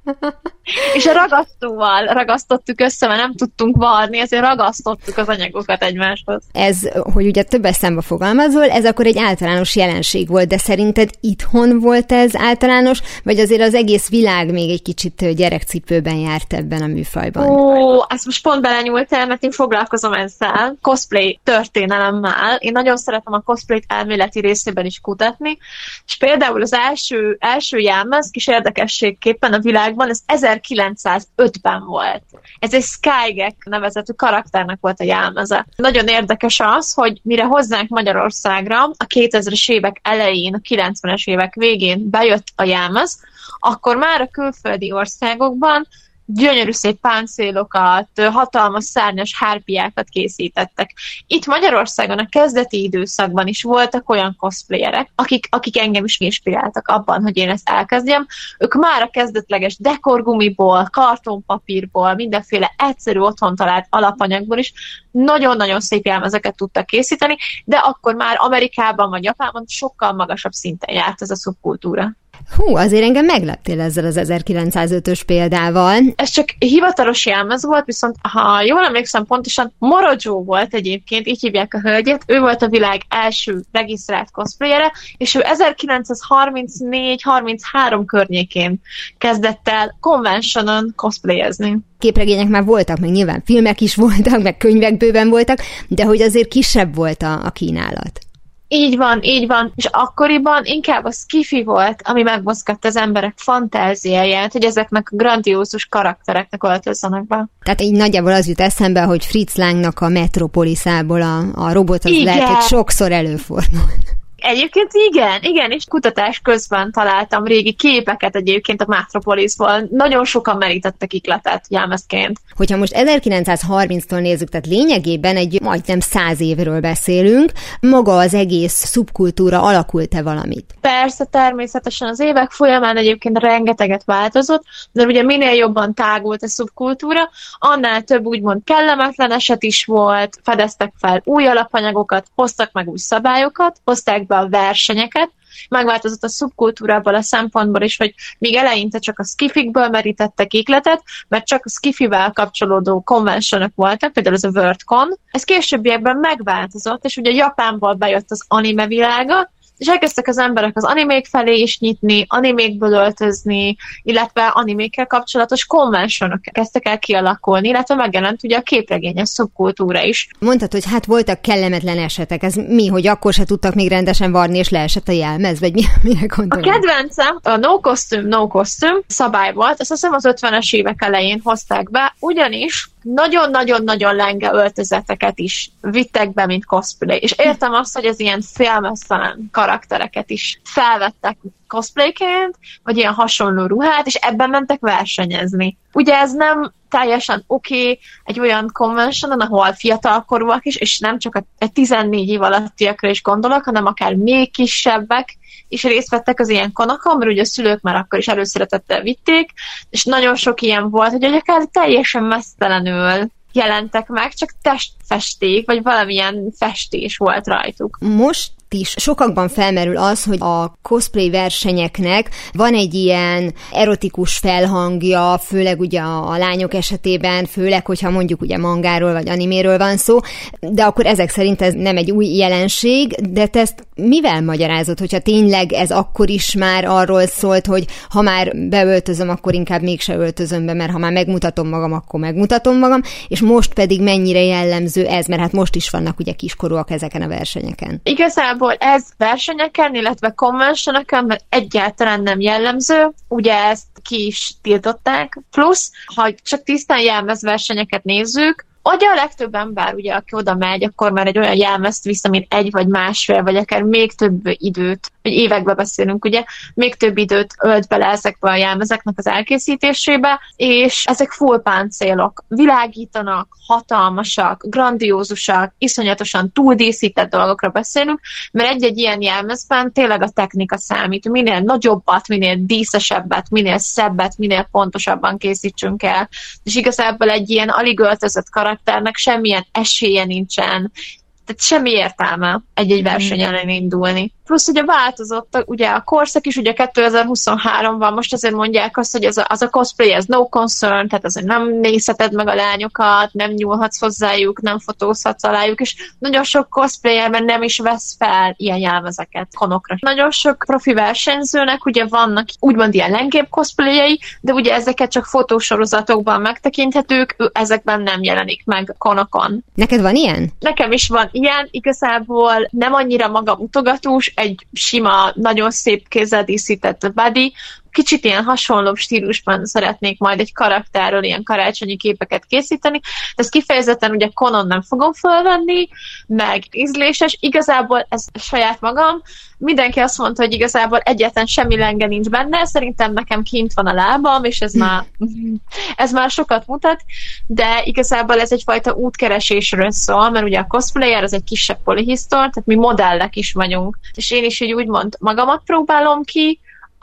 És a ragasztóval ragasztottuk össze, mert nem tudtunk varni, ezért ragasztottuk az anyagokat egymáshoz. Ez, hogy ugye többes számba fogalmazol, ez akkor egy általános jelenség volt, de szerinted itthon volt ez általános, vagy azért az egész világ még egy kicsit gyerekcipőben járt ebben a műfajban? Ó, ezt most pont belenyúltál, mert én foglalkozom ezzel, cosplay történelemmel. Én nagyon szeretem a cosplayt elméleti részében is kutatni, és például az első, első jelmez, kis érdekességképpen a világban, ez ezerkilencszázötben volt. Ez egy Skygek nevezetű karakternek volt a jelmeze. Nagyon érdekes az, hogy mire hozzánk Magyarországra a kétezres évek elején, a kilencvenes évek végén bejött a jelmez, akkor már a külföldi országokban gyönyörű szép páncélokat, hatalmas szárnyas hárpiákat készítettek. Itt Magyarországon a kezdeti időszakban is voltak olyan cosplayerek, akik, akik engem is inspiráltak abban, hogy én ezt elkezdjem. Ők már a kezdetleges dekorgumiból, kartonpapírból, mindenféle egyszerű otthon talált alapanyagból is nagyon-nagyon szép jelmezeket tudtak készíteni, de akkor már Amerikában vagy Japánban sokkal magasabb szinten járt ez a szubkultúra. Hú, azért engem megleptél ezzel az ezerkilencszázötös példával. Ez csak hivatalos jelmez volt, viszont ha jól emlékszem pontosan, Morojo volt egyébként, így hívják a hölgyet, ő volt a világ első regisztrált cosplayere, és ő ezerkilencszázharmincnégy harminchárom környékén kezdett el conventionon cosplayezni. Képregények már voltak, meg nyilván filmek is voltak, meg könyvek bőven voltak, de hogy azért kisebb volt a, a kínálat. Így van, így van, és akkoriban inkább a sci-fi volt, ami megmozgatta az emberek fantáziáját, hogy ezeknek a grandiózus karaktereknek öltözzenek be. Tehát így nagyjából az jut eszembe, hogy Fritz Langnak a Metropolisából a, a robot az igen. Lehet, hogy sokszor előfordul. Egyébként igen, igen, és kutatás közben találtam régi képeket egyébként a Metropolisból. Nagyon sokan merítettek ikletet jelmezként. Hogyha most ezerkilencszázharminctól nézzük, tehát lényegében egy majdnem száz évről beszélünk, maga az egész szubkultúra alakult-e valamit? Persze, természetesen az évek folyamán egyébként rengeteget változott, de ugye minél jobban tágult a szubkultúra, annál több úgymond kellemetlen eset is volt, fedeztek fel új alapanyagokat, hoztak meg új szabályokat, hozták a versenyeket, megváltozott a szubkultúrából a szempontból is, hogy még eleinte csak a skifikből merítettek ikletet, mert csak a skifivel kapcsolódó konvencionok voltak, például ez a Worldcon. Ez későbbiekben megváltozott, és ugye Japánból bejött az anime világa, és elkezdtek az emberek az animék felé is nyitni, animékből öltözni, illetve animékkel kapcsolatos konvencionok kezdtek el kialakulni, illetve megjelent ugye a képregényes szubkultúra is. Mondtad, hogy hát voltak kellemetlen esetek. Ez mi, hogy akkor se tudtak még rendesen varni, és leesett a jelmez, vagy mi, mire gondolom? A kedvencem a no costume, no costume szabály volt, azt hiszem az ötvenes évek elején hozták be, ugyanis nagyon-nagyon-nagyon lenge öltözeteket is vittek be, mint cosplay. És értem azt, hogy ez ilyen félmeztelen karaktereket is felvettek cosplayként, vagy ilyen hasonló ruhát, és ebben mentek versenyezni. Ugye ez nem teljesen oké okay, egy olyan conventionon, ahol fiatalkorúak is, és nem csak a tizennégy év alattiakra is gondolok, hanem akár még kisebbek is részt vettek az ilyen konokon, mert ugye a szülők már akkor is előszeretettel vitték, és nagyon sok ilyen volt, hogy akár teljesen mesztelenül jelentek meg, csak testfesték, vagy valamilyen festés volt rajtuk. Most is sokakban felmerül az, hogy a cosplay versenyeknek van egy ilyen erotikus felhangja, főleg ugye a, a lányok esetében, főleg, hogyha mondjuk ugye mangáról vagy animéről van szó, de akkor ezek szerint ez nem egy új jelenség, de te ezt mivel magyarázod, hogyha tényleg ez akkor is már arról szólt, hogy ha már beöltözöm, akkor inkább mégse öltözöm be, mert ha már megmutatom magam, akkor megmutatom magam, és most pedig mennyire jellemző ez, mert hát most is vannak ugye kiskorúak ezeken a versenyeken. Igazából ez versenyeken, illetve konvencionokon, mert egyáltalán nem jellemző, ugye ezt ki is tiltották. Plusz, ha csak tisztán jelmezversenyeket nézzük, ugye a legtöbb ember, ugye, aki oda megy, akkor már egy olyan jelmezt visz, amin egy vagy másfél, vagy akár még több időt, vagy évekbe beszélünk, ugye, még több időt ölt bele ezekbe a jelmezeknek az elkészítésébe, és ezek full páncélok, világítanak, hatalmasak, grandiózusak, iszonyatosan túldíszített dolgokra beszélünk, mert egy-egy ilyen jelmezben tényleg a technika számít, minél nagyobbat, minél díszesebbet, minél szebbet, minél pontosabban készítsünk el. És igazából egy ilyen alig öltözött karakternek semmilyen esélye nincsen, tehát semmi értelme egy-egy verseny ellen indulni. plusz ugye változott ugye a korszak is, ugye kétezer-huszonhárom van, most azért mondják azt, hogy ez a, az a cosplay, ez no concern, tehát azért nem nézheted meg a lányokat, nem nyúlhatsz hozzájuk, nem fotózhatsz alájuk, és nagyon sok cosplayerben nem is vesz fel ilyen jelmezeket konokra. Nagyon sok profi versenyzőnek ugye vannak úgymond ilyen lengébb cosplayei, de ugye ezeket csak fotósorozatokban megtekinthetők, ő ezekben nem jelenik meg konokon. Neked van ilyen? Nekem is van ilyen, igazából nem annyira maga mutogatós, egy sima, nagyon szép kézzel díszített body, kicsit ilyen hasonló stílusban szeretnék majd egy karakterről ilyen karácsonyi képeket készíteni, de ezt kifejezetten ugye konon nem fogom fölvenni, meg ízléses, igazából ez saját magam, mindenki azt mondta, hogy igazából egyetlen semmi lenge nincs benne, szerintem nekem kint van a lábam, és ez már, ez már sokat mutat, de igazából ez egyfajta útkeresésről szól, mert ugye a cosplayer az egy kisebb polihisztor, tehát mi modellek is vagyunk, és én is így úgymond magamat próbálom ki,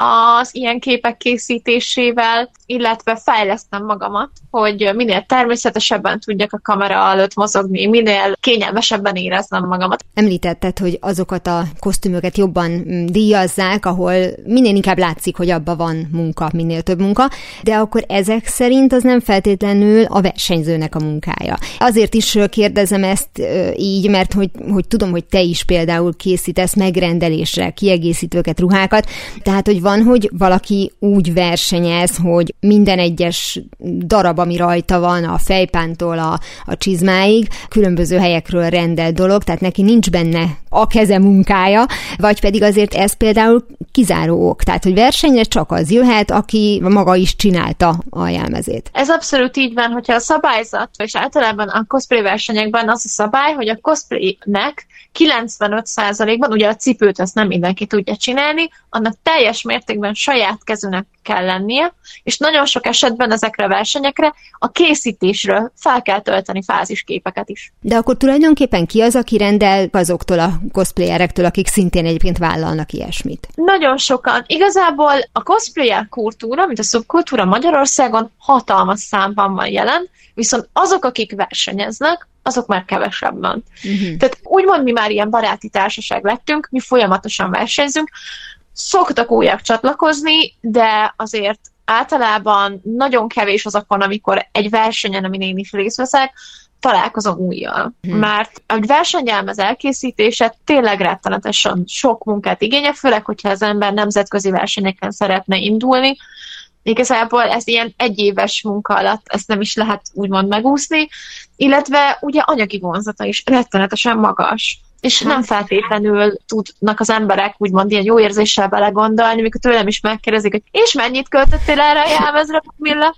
az ilyen képek készítésével, illetve fejlesztem magamat, hogy minél természetesebben tudjak a kamera előtt mozogni, minél kényelmesebben éreznem magamat. Említetted, hogy azokat a kosztümöket jobban díjazzák, ahol minél inkább látszik, hogy abban van munka, minél több munka, de akkor ezek szerint az nem feltétlenül a versenyzőnek a munkája. Azért is kérdezem ezt így, mert hogy, hogy tudom, hogy te is például készítesz megrendelésre kiegészítőket, ruhákat, tehát, hogy van, hogy valaki úgy versenyez, hogy minden egyes darab, ami rajta van, a fejpántól a, a csizmáig, különböző helyekről rendelt dolog, tehát neki nincs benne a keze munkája, vagy pedig azért ez például kizáró ok. Tehát, hogy versenyre csak az jöhet, aki maga is csinálta a jelmezét. Ez abszolút így van, hogyha a szabályzat, és általában a cosplay versenyekben az a szabály, hogy a cosplaynek kilencvenöt százalékban, ugye a cipőt ezt nem mindenki tudja csinálni, annak teljes mértékben saját kezűnek kell lennie, és nagyon sok esetben ezekre a versenyekre a készítésről fel kell tölteni fázisképeket is. De akkor tulajdonképpen ki az, aki rendel azoktól a cosplayerektől, akik szintén egyébként vállalnak ilyesmit? Nagyon sokan. Igazából a cosplayer kultúra, mint a szubkultúra Magyarországon hatalmas számban van jelen, viszont azok, akik versenyeznek, azok már kevesebben. Uh-huh. Tehát úgymond mi már ilyen baráti társaság lettünk, mi folyamatosan versenyzünk, szoktak újak csatlakozni, de azért általában nagyon kevés az akkor, amikor egy versenyen, amin én is részt veszek, találkozom újjal. Hmm. Mert egy versenyelmez elkészítése tényleg rettenetesen sok munkát igényel, főleg, hogyha az ember nemzetközi versenyeken szeretne indulni. Igazából ez ilyen egyéves munka alatt ezt nem is lehet úgymond megúszni, illetve ugye anyagi vonzata is rettenetesen magas. És nem feltétlenül tudnak az emberek úgymond ilyen jó érzéssel belegondolni, amikor tőlem is megkérdezik, hogy és mennyit költöttél erre a jelmezre, Milla?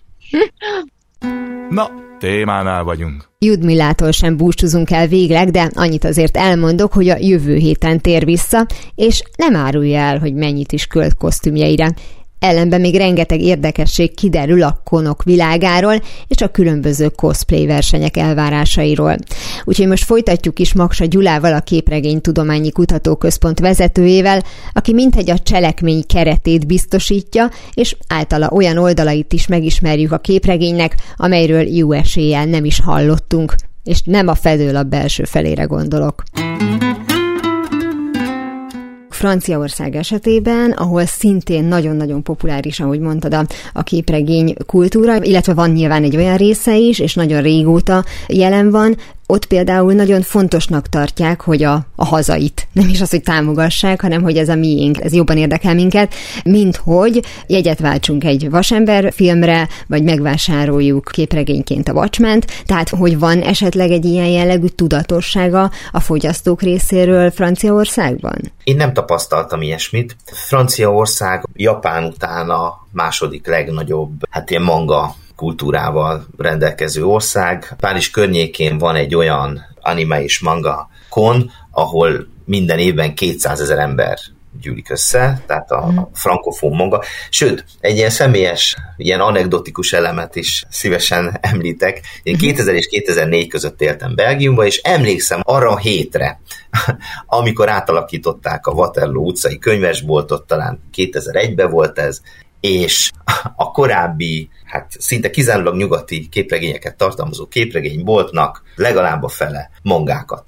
Na, témánál vagyunk. Judmillától sem búcsúzunk el végleg, de annyit azért elmondok, hogy a jövő héten tér vissza, és nem árulja el, hogy mennyit is költ kosztümjeire. Ellenben még rengeteg érdekesség kiderül a konok világáról és a különböző cosplay versenyek elvárásairól. Úgyhogy most folytatjuk is Maksa Gyulával, a Képregénytudományi Kutatóközpont vezetőjével, aki mintegy a cselekmény keretét biztosítja, és általa olyan oldalait is megismerjük a képregénynek, amelyről jó eséllyel nem is hallottunk, és nem a fedőlap belső felére gondolok. Franciaország esetében, ahol szintén nagyon-nagyon populáris, ahogy mondtad, a, a képregény kultúra, illetve van nyilván egy olyan része is, és nagyon régóta jelen van, ott például nagyon fontosnak tartják, hogy a, a hazait, nem is az, hogy támogassák, hanem hogy ez a miénk, ez jobban érdekel minket, mint hogy jegyet váltsunk egy Vasember filmre, vagy megvásároljuk képregényként a Watchment, tehát hogy van esetleg egy ilyen jellegű tudatossága a fogyasztók részéről Franciaországban? Én nem tapasztaltam ilyesmit. Franciaország Japán után a második legnagyobb, hát ilyen manga kultúrával rendelkező ország. Párizs környékén van egy olyan anime és manga kon, ahol minden évben kétszázezer ember gyűlik össze, tehát a, a frankofón manga. Sőt, egy ilyen személyes, ilyen anekdotikus elemet is szívesen említek. Én kétezer és kétezer-négy között éltem Belgiumban, és emlékszem arra a hétre, amikor átalakították a Waterloo utcai könyvesboltot, talán kétezer-egyben volt ez, és a korábbi, hát szinte kizárólag nyugati képregényeket tartalmazó képregényboltnak legalább a fele mangákat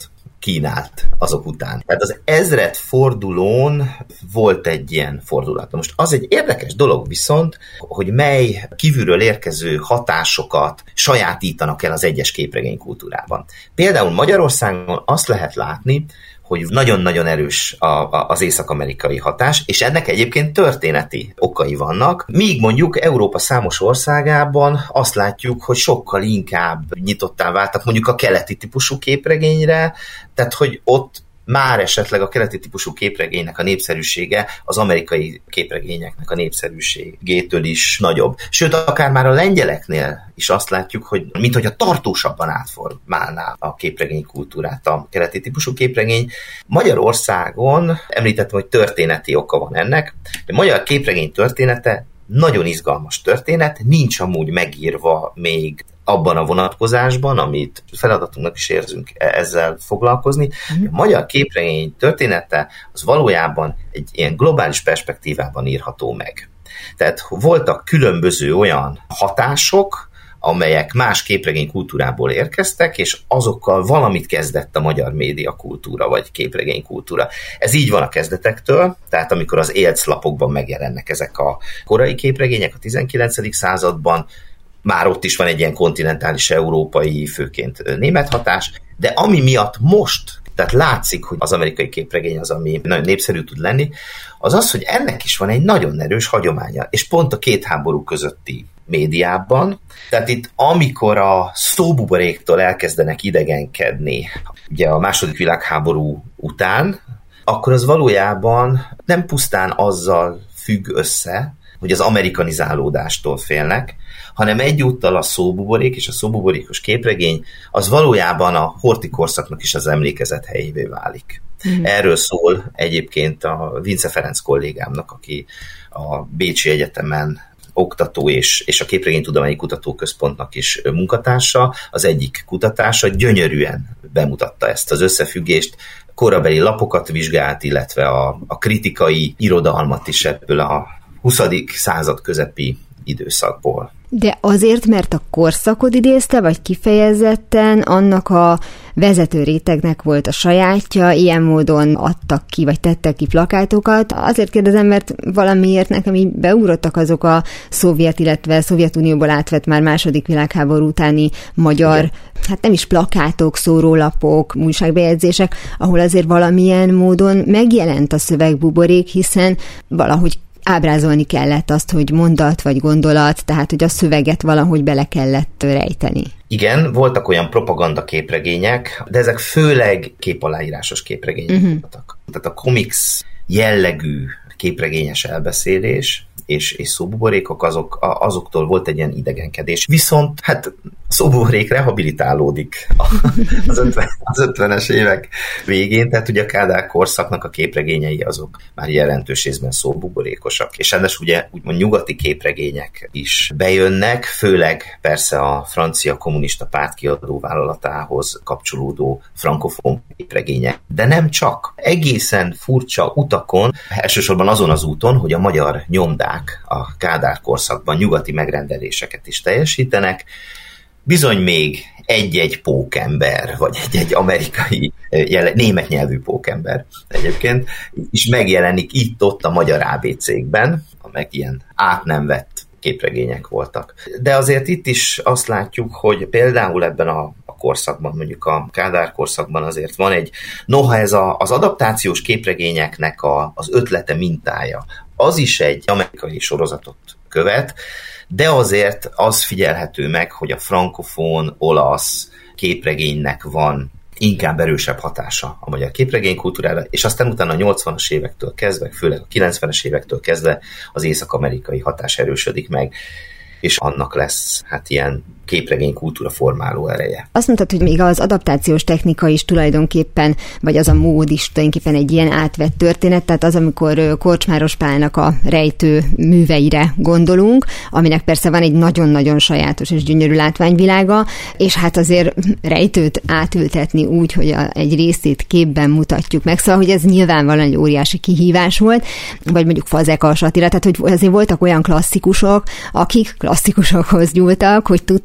kínált azok után. Tehát az ezred fordulón volt egy ilyen fordulat. Most az egy érdekes dolog viszont, hogy mely kívülről érkező hatásokat sajátítanak el az egyes képregénykultúrában. Például Magyarországon azt lehet látni, hogy nagyon-nagyon erős a, a, az észak-amerikai hatás, és ennek egyébként történeti okai vannak, míg mondjuk Európa számos országában azt látjuk, hogy sokkal inkább nyitottá váltak mondjuk a keleti típusú képregényre, tehát hogy ott már esetleg a keleti típusú képregénynek a népszerűsége az amerikai képregényeknek a népszerűségétől is nagyobb. Sőt, akár már a lengyeleknél is azt látjuk, hogy minthogyha tartósabban átformálná a képregény kultúrát a keleti típusú képregény. Magyarországon említettem, hogy történeti oka van ennek, de a magyar képregény története nagyon izgalmas történet, nincs amúgy megírva még abban a vonatkozásban, amit feladatunknak is érzünk ezzel foglalkozni. A magyar képregény története az valójában egy ilyen globális perspektívában írható meg. Tehát voltak különböző olyan hatások, amelyek más képregény kultúrából érkeztek, és azokkal valamit kezdett a magyar média kultúra, vagy képregény kultúra. Ez így van a kezdetektől, tehát amikor az élclapokban megjelennek ezek a korai képregények a tizenkilencedik században, már ott is van egy ilyen kontinentális európai, főként német hatás, de ami miatt most, tehát látszik, hogy az amerikai képregény az, ami nagyon népszerű tud lenni, az az, hogy ennek is van egy nagyon erős hagyománya, és pont a két háború közötti médiában, tehát itt amikor a szóbuboréktól elkezdenek idegenkedni, ugye a második világháború után, akkor az valójában nem pusztán azzal függ össze, hogy az amerikanizálódástól félnek, hanem egyúttal a szóbuborék és a szóbuborékos képregény az valójában a Horthy korszaknak is az emlékezet helyévé válik. Mm. Erről szól egyébként a Vince Ferenc kollégámnak, aki a Bécsi Egyetemen oktató és, és a Képregénytudományi Kutatóközpontnak is munkatársa, az egyik kutatása gyönyörűen bemutatta ezt az összefüggést, korabeli lapokat vizsgált, illetve a, a kritikai irodalmat is ebből a huszadik század közepi időszakból. De azért, mert a korszakot idézte, vagy kifejezetten annak a vezető rétegnek volt a sajátja, ilyen módon adtak ki, vagy tettek ki plakátokat. Azért kérdezem, mert valamiért nekem így beugrottak azok a szovjet, illetve Szovjetunióból átvett már második világháború utáni magyar, igen, hát nem is plakátok, szórólapok, újságbejegyzések, ahol azért valamilyen módon megjelent a szövegbuborék, hiszen valahogy ábrázolni kellett azt, hogy mondat vagy gondolat, tehát hogy a szöveget valahogy bele kellett rejteni. Igen, voltak olyan propaganda képregények, de ezek főleg képaláírásos képregények uh-huh. voltak. Tehát a komiks jellegű képregényes elbeszélés és, és szóbuborékok, azok, azoktól volt egy ilyen idegenkedés. Viszont hát a szóbuborék rehabilitálódik az, ötven, az ötvenes évek végén, tehát ugye a Kádár korszaknak a képregényei azok már jelentős részben szóbuborékosak. És ennek ugye úgymond nyugati képregények is bejönnek, főleg persze a francia kommunista pártkiadó vállalatához kapcsolódó frankofón képregények. De nem csak. Egészen furcsa utakon, elsősorban azon az úton, hogy a magyar nyomdák a Kádár korszakban nyugati megrendeléseket is teljesítenek, bizony még egy-egy pókember, vagy egy-egy amerikai, német nyelvű pókember egyébként is megjelenik itt-ott a magyar á bé cékben, amelyek ilyen át nem vett képregények voltak. De azért itt is azt látjuk, hogy például ebben a, a korszakban, mondjuk a Kádár korszakban azért van egy, noha ez a, az adaptációs képregényeknek a, az ötlete mintája, az is egy amerikai sorozatot követ, de azért az figyelhető meg, hogy a frankofón, olasz képregénynek van inkább erősebb hatása a magyar képregénykultúrára, és aztán utána a nyolcvanas évektől kezdve, főleg a kilencvenes évektől kezdve az észak-amerikai hatás erősödik meg, és annak lesz hát ilyen képregény kultúra formáló ereje. Azt mondtad, hogy még az adaptációs technika is tulajdonképpen, vagy az a mód is tulajdonképpen egy ilyen átvett történet, tehát az, amikor Korcsmáros Pálnak a rejtő műveire gondolunk, aminek persze van egy nagyon-nagyon sajátos és gyönyörű látványvilága, és hát azért rejtőt átültetni úgy, hogy a, egy részét képben mutatjuk meg, szóval, hogy ez nyilvánvalóan egy óriási kihívás volt, vagy mondjuk Fazekas Attila, tehát hogy azért voltak olyan klasszikusok, akik klasszikusokhoz nyúltak, hogy tudták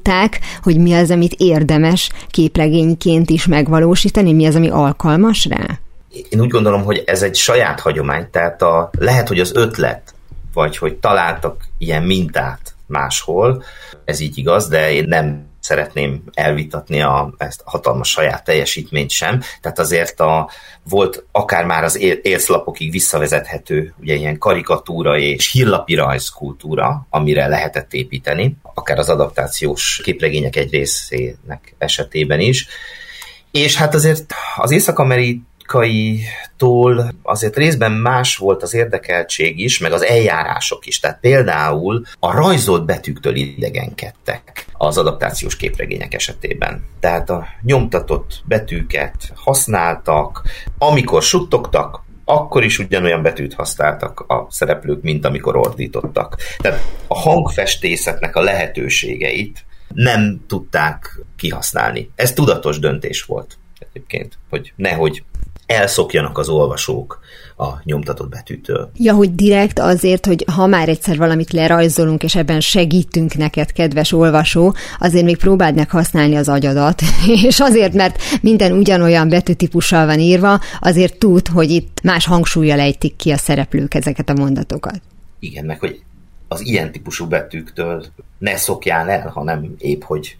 tanulták, hogy mi az, amit érdemes képregényként is megvalósítani, mi az, ami alkalmas rá? Én úgy gondolom, hogy ez egy saját hagyomány, tehát a, lehet, hogy az ötlet, vagy hogy találtak ilyen mintát máshol, ez így igaz, de én nem szeretném elvitatni a, ezt a hatalmas saját teljesítményt sem, tehát azért a, volt akár már az élszlapokig visszavezethető ugye ilyen karikatúra és hírlapi rajzkultúra, amire lehetett építeni, akár az adaptációs képregények egy részének esetében is, és hát azért az észak-amerikai-tól azért részben más volt az érdekeltség is, meg az eljárások is. Tehát például a rajzolt betűktől idegenkedtek az adaptációs képregények esetében. Tehát a nyomtatott betűket használtak, amikor suttogtak, akkor is ugyanolyan betűt használtak a szereplők, mint amikor ordítottak. Tehát a hangfestészetnek a lehetőségeit nem tudták kihasználni. Ez tudatos döntés volt egyébként, hogy nehogy elszokjanak az olvasók a nyomtatott betűtől. Ja, hogy direkt azért, hogy ha már egyszer valamit lerajzolunk, és ebben segítünk neked, kedves olvasó, azért még próbáld meg használni az agyadat, és azért, mert minden ugyanolyan betűtípussal van írva, azért tud, hogy itt más hangsúllyal ejtik ki a szereplők ezeket a mondatokat. Igen, meg hogy az ilyen típusú betűktől ne szokjál el, hanem épp, hogy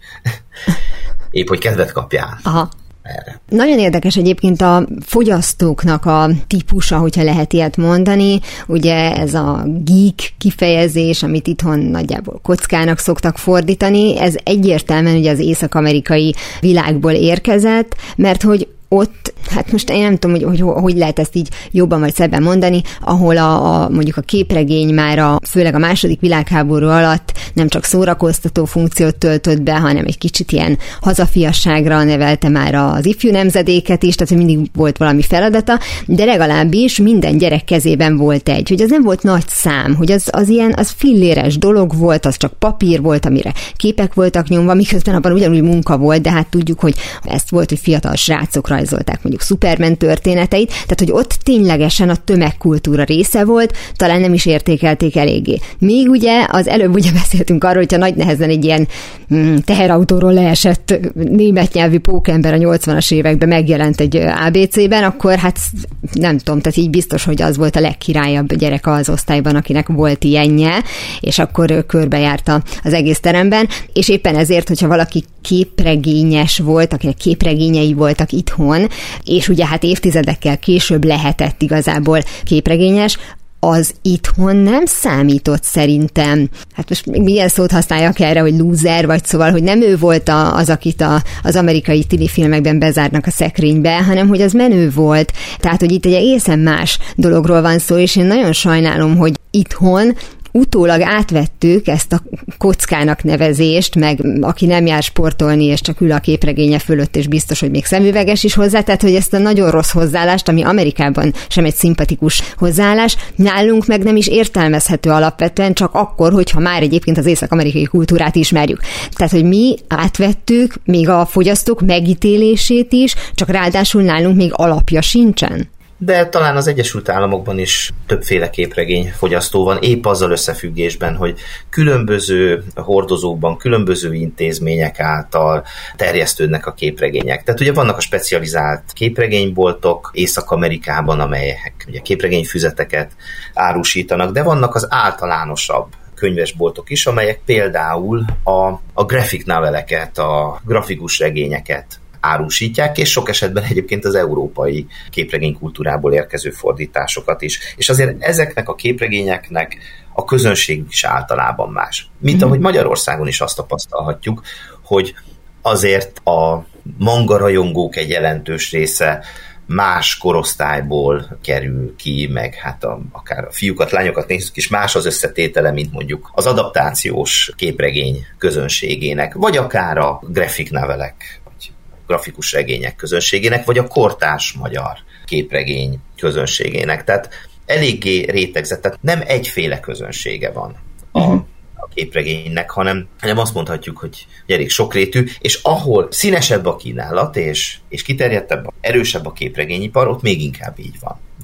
épp, hogy kedvet kapjál. Aha. Erre. Nagyon érdekes egyébként a fogyasztóknak a típusa, hogyha lehet ilyet mondani. Ugye ez a geek kifejezés, amit itthon nagyjából kockának szoktak fordítani, ez egyértelműen ugye az észak-amerikai világból érkezett, mert hogy ott, hát most én nem tudom, hogy, hogy hogy lehet ezt így jobban vagy szebben mondani, ahol a, a mondjuk a képregény már a, főleg a második világháború alatt nem csak szórakoztató funkciót töltött be, hanem egy kicsit ilyen hazafiasságra nevelte már az ifjú nemzedéket is, tehát hogy mindig volt valami feladata, de legalábbis minden gyerek kezében volt egy, hogy az nem volt nagy szám, hogy az, az ilyen, az filléres dolog volt, az csak papír volt, amire képek voltak nyomva, miközben abban ugyanúgy munka volt, de hát tudjuk, hogy ezt volt, hogy fiatal srácokra rajzolták mondjuk Superman történeteit, tehát hogy ott ténylegesen a tömegkultúra része volt, talán nem is értékelték eléggé. Még ugye az előbb ugye beszéltünk arról, hogyha nagy nehezen egy ilyen mm, teherautóról leesett német nyelvű pókember a nyolcvanas években megjelent egy á bé cében, akkor hát nem tudom, tehát így biztos, hogy az volt a legkirályabb gyerek az osztályban, akinek volt ilyenje, és akkor körbejárta az egész teremben, és éppen ezért, hogyha valaki képregényes volt, akinek képregényei voltak itthon, és ugye hát évtizedekkel később lehetett igazából képregényes, az itthon nem számított szerintem. Hát most milyen szót használjak erre, hogy loser, vagy szóval, hogy nem ő volt a, az, akit a, az amerikai tini filmekben bezárnak a szekrénybe, hanem hogy az menő volt. Tehát, hogy itt egy egészen más dologról van szó, és én nagyon sajnálom, hogy itthon utólag átvettük ezt a kockának nevezést, meg aki nem jár sportolni, és csak ül a képregénye fölött, és biztos, hogy még szemüveges is hozzá, tehát hogy ezt a nagyon rossz hozzáállást, ami Amerikában sem egy szimpatikus hozzáállás, nálunk meg nem is értelmezhető alapvetően, csak akkor, hogyha már egyébként az észak-amerikai kultúrát ismerjük. Tehát, hogy mi átvettük még a fogyasztók megítélését is, csak ráadásul nálunk még alapja sincsen. De talán az Egyesült Államokban is többféle képregény fogyasztó van, épp azzal összefüggésben, hogy különböző hordozókban, különböző intézmények által terjesztődnek a képregények. Tehát ugye vannak a specializált képregényboltok Észak-Amerikában, amelyek ugye képregényfüzeteket árusítanak, de vannak az általánosabb könyvesboltok is, amelyek például a, a graphic noveleket, a grafikus regényeket árusítják, és sok esetben egyébként az európai képregénykultúrából érkező fordításokat is. És azért ezeknek a képregényeknek a közönség is általában más. Mint ahogy Magyarországon is azt tapasztalhatjuk, hogy azért a manga rajongók egy jelentős része más korosztályból kerül ki, meg hát a, akár a fiúkat, lányokat nézzük is, más az összetétele, mint mondjuk az adaptációs képregény közönségének, vagy akár a graphic novelek, vagy grafikus regények közönségének, vagy a kortárs magyar képregény közönségének. Tehát eléggé rétegzett, tehát nem egyféle közönsége van a, a képregénynek, hanem, hanem azt mondhatjuk, hogy elég sokrétű, és ahol színesebb a kínálat, és, és kiterjedtebb, erősebb a képregényipar, ott még inkább így van.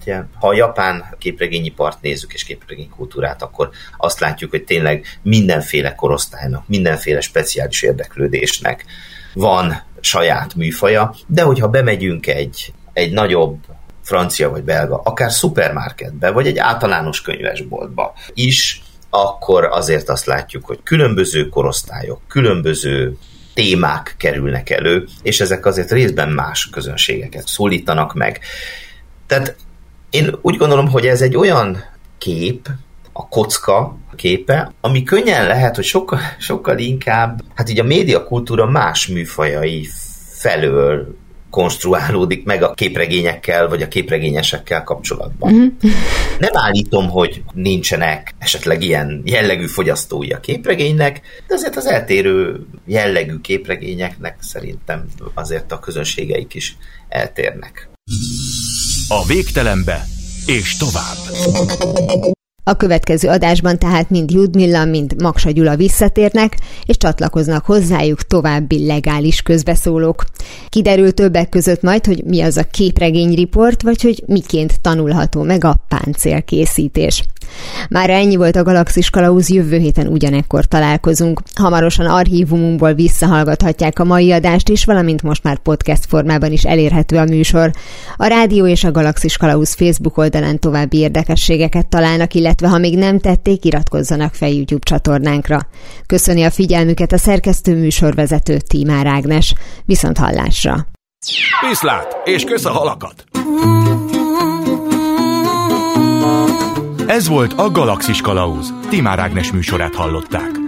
Ugye, ha a japán képregényipart nézzük és képregénykultúrát, akkor azt látjuk, hogy tényleg mindenféle korosztálynak, mindenféle speciális érdeklődésnek van saját műfaja, de hogyha bemegyünk egy, egy nagyobb francia vagy belga, akár szupermarketbe, vagy egy általános könyvesboltba is, akkor azért azt látjuk, hogy különböző korosztályok, különböző témák kerülnek elő, és ezek azért részben más közönségeket szólítanak meg. Tehát én úgy gondolom, hogy ez egy olyan kép, a kocka képe, ami könnyen lehet, hogy sokkal, sokkal inkább, hát így a médiakultúra más műfajai felől konstruálódik meg a képregényekkel, vagy a képregényesekkel kapcsolatban. Mm-hmm. Nem állítom, hogy nincsenek esetleg ilyen jellegű fogyasztói a képregénynek, de azért az eltérő jellegű képregényeknek szerintem azért a közönségeik is eltérnek. A végtelenbe és tovább. A következő adásban tehát mind Ljudmilla, mind Maksa Gyula visszatérnek, és csatlakoznak hozzájuk további legális közbeszólók. Kiderül többek között majd, hogy mi az a képregényriport, vagy hogy miként tanulható meg a páncélkészítés. Mára ennyi volt a Galaxis Kalauz, jövő héten ugyanekkor találkozunk. Hamarosan archívumunkból visszahallgathatják a mai adást is, valamint most már podcast formában is elérhető a műsor. A rádió és a Galaxis Kalauz Facebook oldalán további érdekességeket találnak, illetve ha még nem tették, iratkozzanak fel YouTube csatornánkra. Köszöni a figyelmüket a szerkesztő műsorvezető Tímár Ágnes. Viszont hallásra! Viszlát, és kösz a halakat! Ez volt a Galaxis Kalauz. Tímár Ágnes műsorát hallották.